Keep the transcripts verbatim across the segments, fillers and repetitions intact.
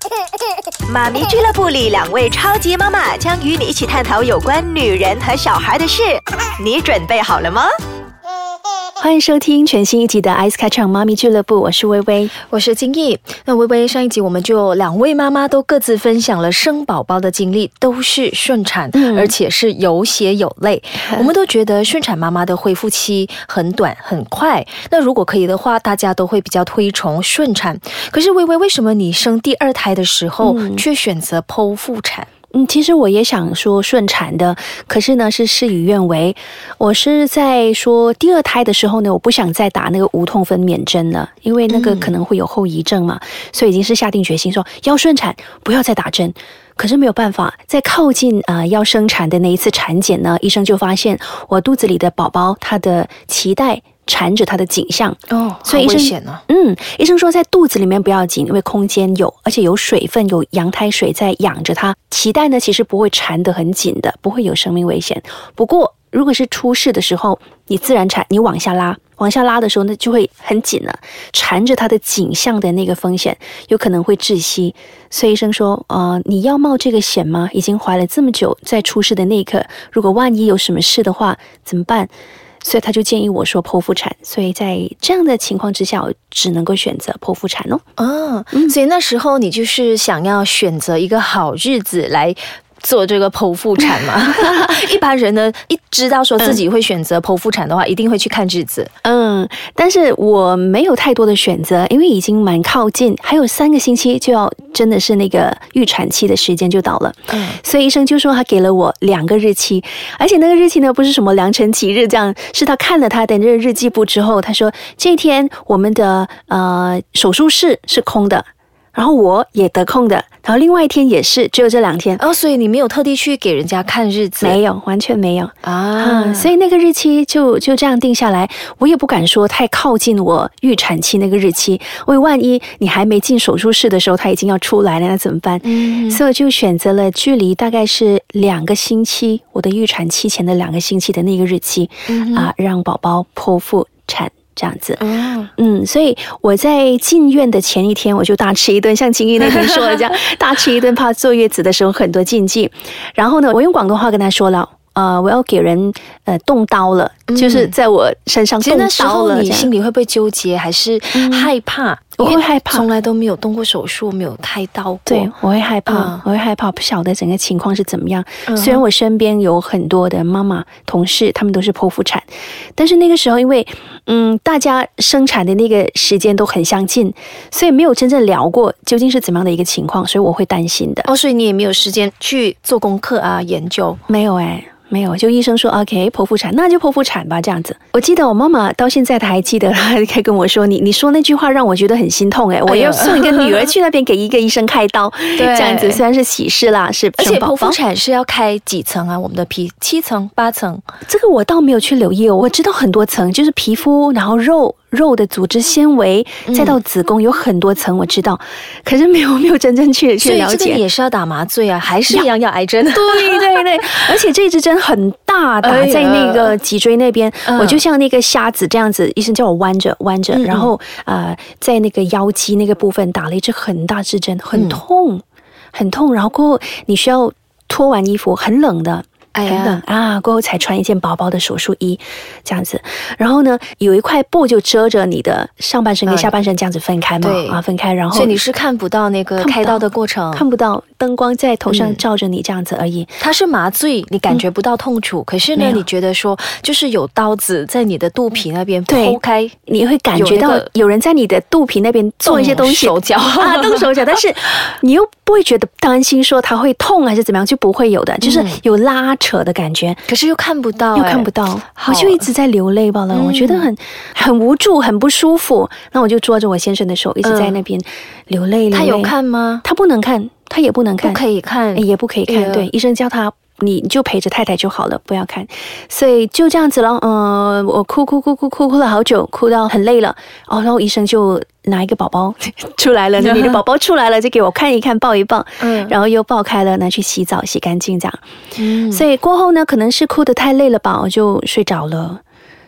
妈咪俱乐部里，两位超级妈妈将与你一起探讨有关女人和小孩的事，你准备好了吗？ 欢迎收听全新一集的 Ice Catch 妈咪俱乐部，我是微微， 我是金毅。那微微，上一集我们就两位妈妈都各自分享了生宝宝的经历，都是顺产，嗯、而且是有血有泪。我们都觉得顺产妈妈的恢复期很短很快，那如果可以的话，大家都会比较推崇顺产。可是微微，为什么你生第二胎的时候、嗯、却选择剖腹产？ 嗯，其实我也想说顺产的，可是呢是事与愿违。我是在说第二胎的时候呢，我不想再打那个无痛分娩针了，因为那个可能会有后遗症嘛，嗯、所以已经是下定决心说要顺产，不要再打针。可是没有办法，在靠近呃要生产的那一次产检呢，医生就发现我肚子里的宝宝他的脐带缠着他的颈项哦，所以医生好危险啊。 嗯，医生说在肚子里面不要紧，因为空间有，而且有水分，有羊胎水在养着它。脐带呢其实不会缠得很紧的，不会有生命危险。不过如果是出事的时候，你自然产，你往下拉，往下拉的时候呢就会很紧了，缠着它的颈项的那个风险有可能会窒息。所以医生说，呃，你要冒这个险吗？已经怀了这么久，在出事的那一刻，如果万一有什么事的话怎么办？所以他就建议我说剖腹产，所以在这样的情况之下，我只能够选择剖腹产哦。 哦，嗯、所以那时候你就是想要选择一个好日子来做这个剖腹产嘛？一般人呢，一知道说自己会选择剖腹产的话，嗯、一定会去看日子。 嗯，但是我没有太多的选择，因为已经蛮靠近，还有三个星期就要真的是那个预产期的时间就到了。嗯，所以医生就说他给了我两个日期，而且那个日期呢不是什么良辰吉日这样，是他看了他的日日记簿之后，他说这一天我们的呃手术室是空的。然后我也得空的，然后另外一天也是，只有这两天哦，所以你没有特地去给人家看日子？ 没有，完全没有啊、 嗯，所以那个日期就就这样定下来。我也不敢说太靠近我预产期那个日期，因为万一你还没进手术室的时候，他已经要出来了，那怎么办？嗯，所以我就选择了距离大概是两个星期，我的预产期前的两个星期的那个日期，嗯啊，让宝宝剖腹产。这样子，嗯嗯，所以我在进院的前一天，我就大吃一顿，像金玉那天说的这样，大吃一顿，怕坐月子的时候很多禁忌。然后呢，我用广东话跟他说了，呃，我要给人呃动刀了，嗯、就是在我身上动刀了。 其实那时候你心里会不会纠结，还是害怕？ 嗯、我会害怕， 从来都没有动过手术，没有开刀过。 对，我会害怕，嗯、我会害怕，不晓得整个情况是怎么样。嗯、虽然我身边有很多的妈妈同事，他们都是剖腹产，但是那个时候因为嗯大家生产的那个时间都很相近，所以没有真正聊过究竟是怎么样的一个情况，所以我会担心的。 哦，所以你也没有时间去做功课啊，研究？ 没有哎。没有，就医生说 OK 剖腹产，那就剖腹产吧，这样子。我记得我妈妈到现在她还记得，她还跟我说你你说那句话让我觉得很心痛哎，我要送一个女儿去那边给一个医生开刀，这样子虽然是喜事啦，是而且剖腹产是要开几层啊？我们的皮七层八层， 这个我倒没有去留意哦，我知道很多层，就是皮肤，然后肉。肉的组织纤维，再到子宫，有很多层，我知道，可是没有没有真正去去了解。 所以这个也是要打麻醉啊，还是一样要挨针？ 对对对，而且这支针很大，打在那个脊椎那边，哎、我就像那个瞎子这样子，医生叫我弯着弯着，嗯、然后呃，在那个腰肌那个部分打了一支很大支针，很痛，嗯、很痛，然后过后你需要脱完衣服，很冷的。很冷啊，过后才穿一件薄薄的手术衣，这样子。然后呢，有一块布就遮着你的上半身跟下半身这样子分开嘛，嗯、啊，分开。然后， 所以你是看不到那个开刀的过程， 看不到灯光在头上照着你这样子而已。 嗯、它是麻醉，你感觉不到痛楚，嗯、可是呢，你觉得说就是有刀子在你的肚皮那边剖开， 你会感觉到有人在你的肚皮那边做一些东西， 手脚啊，动手脚，但是你又不会觉得担心说它会痛还是怎么样，就不会有的，就是有拉扯的感觉， 可是又看不到、欸， 又看不到，我就一直在流泪罢了，嗯、我觉得很很无助，很不舒服。那我就捉着我先生的手，一直在那边流泪。流泪他有看吗？ 他不能看，他也不能看， 不可以看， 也不可以看。对，医生叫他。你就陪着太太就好了，不要看。所以就这样子了，嗯、呃，我哭哭哭哭哭哭了好久，哭到很累了。哦，然后医生就拿一个宝宝出来了，你的宝宝出来了，就给我看一看，抱一抱，嗯，然后又抱开了，拿去洗澡，洗干净这样。嗯，所以过后呢，可能是哭得太累了吧，我就睡着了。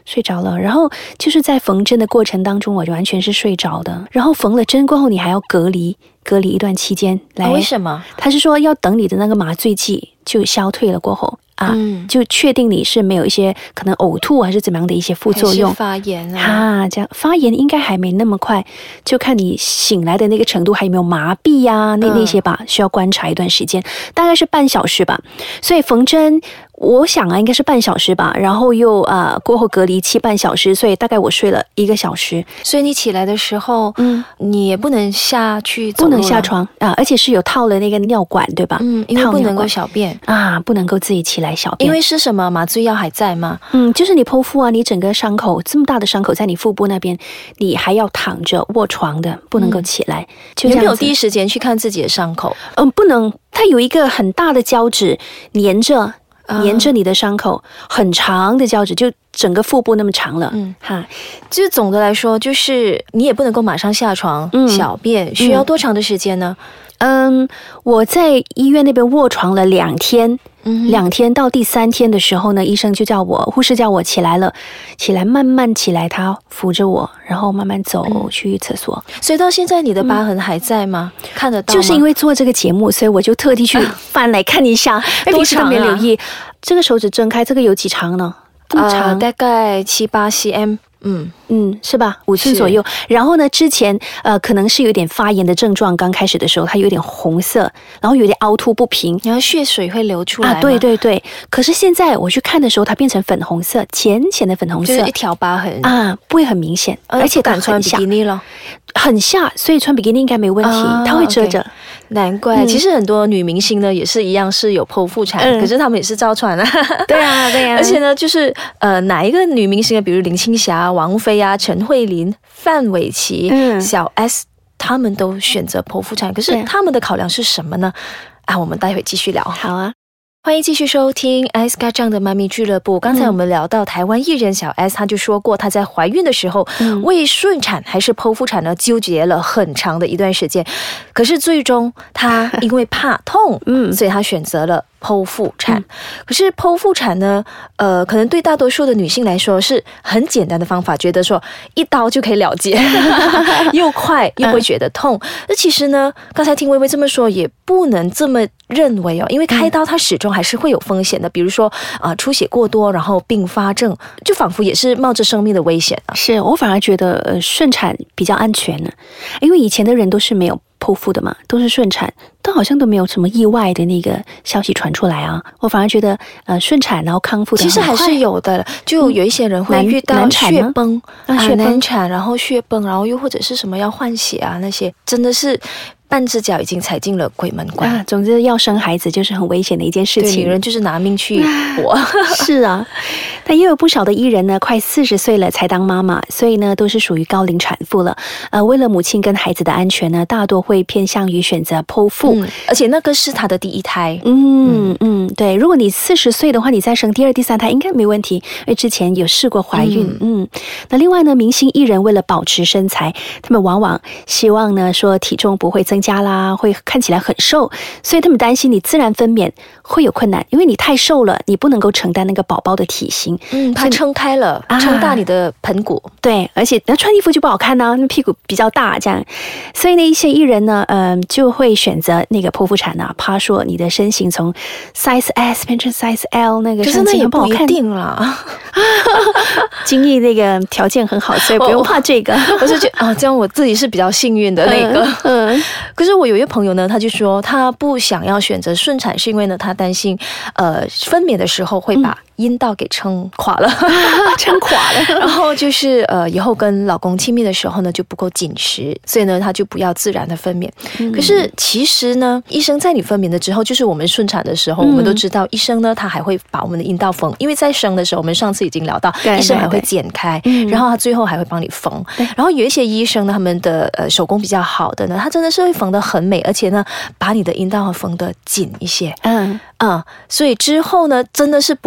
睡着了。然后就是在缝针的过程当中，我完全是睡着的。然后缝了针过后，你还要隔离，隔离一段期间来。 啊、为什么？ 他是说要等你的那个麻醉剂就消退了过后啊，嗯、就确定你是没有一些可能呕吐还是怎么样的一些副作用。 还是发炎啊？ 啊，这样发炎应该还没那么快，就看你醒来的那个程度还有没有麻痹呀、啊，那那些吧，需要观察一段时间，大概是半小时吧。所以缝针。我想啊，应该是半小时吧，然后又呃过后隔离期半小时，所以大概我睡了一个小时。 所以你起来的时候，嗯，你也不能下去走路了， 不能下床啊，而且是有套了那个尿管，对吧？ 嗯，因为不能够小便啊，不能够自己起来小便。 因为是什么麻醉药还在吗？ 嗯，就是你剖腹啊，你整个伤口这么大的伤口在你腹部那边，你还要躺着卧床的，不能够起来。嗯、就这样子。 有没有第一时间去看自己的伤口？ 嗯，不能，它有一个很大的胶纸粘着。沿着你的伤口，很长的胶纸，就整个腹部那么长了。嗯，哈， 就是总的来说，就是你也不能够马上下床、嗯、小便，需要多长的时间呢？ 嗯，我在医院那边卧床了两天。嗯、两天到第三天的时候呢，医生就叫我，护士叫我起来了，起来慢慢起来，他扶着我，然后慢慢走、嗯、去厕所。 所以到现在你的疤痕还在吗？嗯、看得到吗？ 就是因为做这个节目，所以我就特地去翻来看一下，因为平时都没留意。这个手指睁开，这个有几长呢？这么长， 呃、大概七八 cm。嗯嗯，是吧？五寸左右。然后呢，之前呃，可能是有点发炎的症状，刚开始的时候它有点红色，然后有点凹凸不平， 然后血水会流出来啊。对对对。可是现在我去看的时候，它变成粉红色，浅浅的粉红色， 就是一条疤痕啊，不会很明显， 呃、 而且敢穿比基尼了， 很下，所以穿比基尼应该没问题，啊、它会遮着。Okay. 难怪、嗯，其实很多女明星呢也是一样是有剖腹产、嗯，可是她们也是照穿啊。 对啊，对啊。 而且呢，就是呃，哪一个女明星呢？比如林青霞、王菲啊、陈慧琳、范玮琪、嗯、小 S， 她们都选择剖腹产。可是她们的考量是什么呢？啊，我们待会继续聊。 好啊。 欢迎继续收听 S 嘎酱的妈咪俱乐部。刚才我们聊到台湾艺人小 S， 她就说过她在怀孕的时候、嗯、为顺产还是剖腹产呢纠结了很长的一段时间，可是最终她因为怕痛，嗯，所以她选择了剖腹产、嗯、可是剖腹产呢呃，可能对大多数的女性来说是很简单的方法，觉得说一刀就可以了结又快又不会觉得痛。那、嗯、其实呢刚才听薇薇这么说也不能这么认为哦，因为开刀它始终还是会有风险的，比如说啊、呃、出血过多，然后并发症，就仿佛也是冒着生命的危险啊。 是我反而觉得呃顺产比较安全呢，因为以前的人都是没有剖腹的嘛，都是顺产，但好像都没有什么意外的那个消息传出来啊。我反而觉得呃顺产然后康复的其实还是有的，就有一些人会遇到血崩、嗯、啊，难产，然后血崩，然后又或者是什么要换血啊，那些真的是半只脚已经踩进了鬼门关啊！总之要生孩子就是很危险的一件事情， 女人就是拿命去活。 是啊，但也有不少的艺人呢，快四十岁了才当妈妈，所以呢都是属于高龄产妇了。呃，为了母亲跟孩子的安全呢，大多会偏向于选择剖腹、 嗯，而且那个是她的第一胎。 嗯嗯，对，如果你四十岁的话，你再生第二、第三胎应该没问题，因为之前有试过怀孕。嗯, 嗯，那另外呢，明星艺人为了保持身材，他们往往希望呢说体重不会增加啦，会看起来很瘦，所以他们担心你自然分娩会有困难，因为你太瘦了，你不能够承担那个宝宝的体型， 嗯，它撑开了，撑大你的盆骨， 对，而且那穿衣服就不好看啊，那屁股比较大这样，所以呢，一些艺人呢，嗯、呃，就会选择那个剖腹产啊，怕说你的身形从 size S 变成 size L， 那个身形不好看， 可是那也不一定啦， 经济那个条件很好，所以不用怕这个。 我是觉得啊，这样我自己是比较幸运的那个，嗯。嗯可是我有一个朋友呢，他就说他不想要选择顺产，是因为呢他担心，呃，分娩的时候会把阴道给撑垮了， 撑垮了。 然后就是呃，以后跟老公亲密的时候呢就不够紧实，所以呢他就不要自然的分娩。嗯、可是其实呢，医生在你分娩了之后，就是我们顺产的时候，嗯、我们都知道医生呢他还会把我们的阴道缝，因为在生的时候我们上次已经聊到，医生还会剪开，然后他最后还会帮你缝。然后有一些医生呢，他们的呃手工比较好的呢，他真的是会缝得很美，而且呢把你的阴道缝得紧一些。嗯嗯，所以之后呢真的是不会影响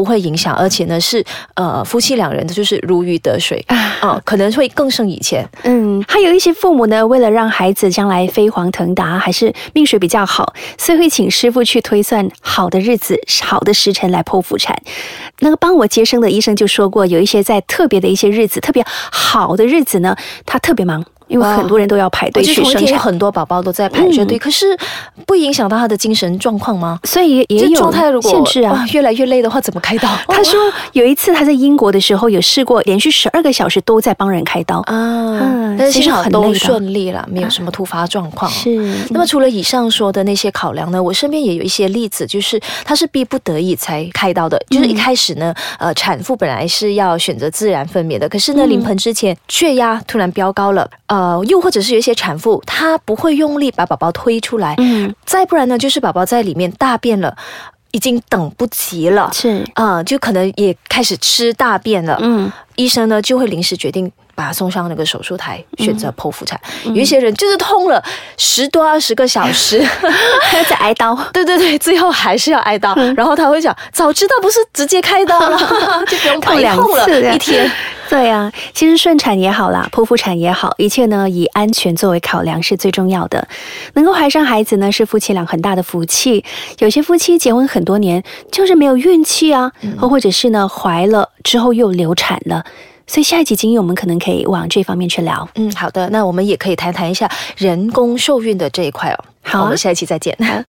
响，而且呢是呃夫妻两人的就是如鱼得水啊、呃，可能会更胜以前。 嗯，还有一些父母呢，为了让孩子将来飞黄腾达，还是命水比较好，所以会请师傅去推算好的日子、好的时辰来剖腹产。那个帮我接生的医生就说过，有一些在特别的一些日子、特别好的日子呢，他特别忙。因为很多人都要排队去生产， 很多宝宝都在排着队、嗯，可是不影响到他的精神状况吗？ 所以也有状态如果限制啊， 越来越累的话怎么开刀？ 他说有一次他在英国的时候有试过连续十二个小时都在帮人开刀啊、 嗯，但是幸好都顺利了，没有什么突发状况。 是。 那么除了以上说的那些考量呢，我身边也有一些例子，就是他是逼不得已才开刀的，就是一开始呢，呃，产妇本来是要选择自然分娩的，可是呢，临盆之前血压突然飙高了，呃，又或者是有一些产妇她不会用力把宝宝推出来，嗯，再不然呢，就是宝宝在里面大便了。已经等不及了， 是啊、呃，就可能也开始吃大便了。嗯，医生呢就会临时决定把他送上那个手术台，选择剖腹产。嗯、有一些人就是痛了十多二十个小时， 还要再挨刀。 对对对，最后还是要挨刀。嗯、然后他会讲，早知道不是直接开刀了，就不用白痛了一天。 对啊，其实顺产也好啦，剖腹产也好，一切呢以安全作为考量是最重要的。能够怀上孩子呢，是夫妻俩很大的福气。有些夫妻结婚很多年，就是没有运气啊，嗯、或者是呢怀了之后又流产了。所以下一集经验我们可能可以往这方面去聊。 嗯，好的，那我们也可以谈谈一下人工受孕的这一块哦。 好、啊， 我们下一期再见。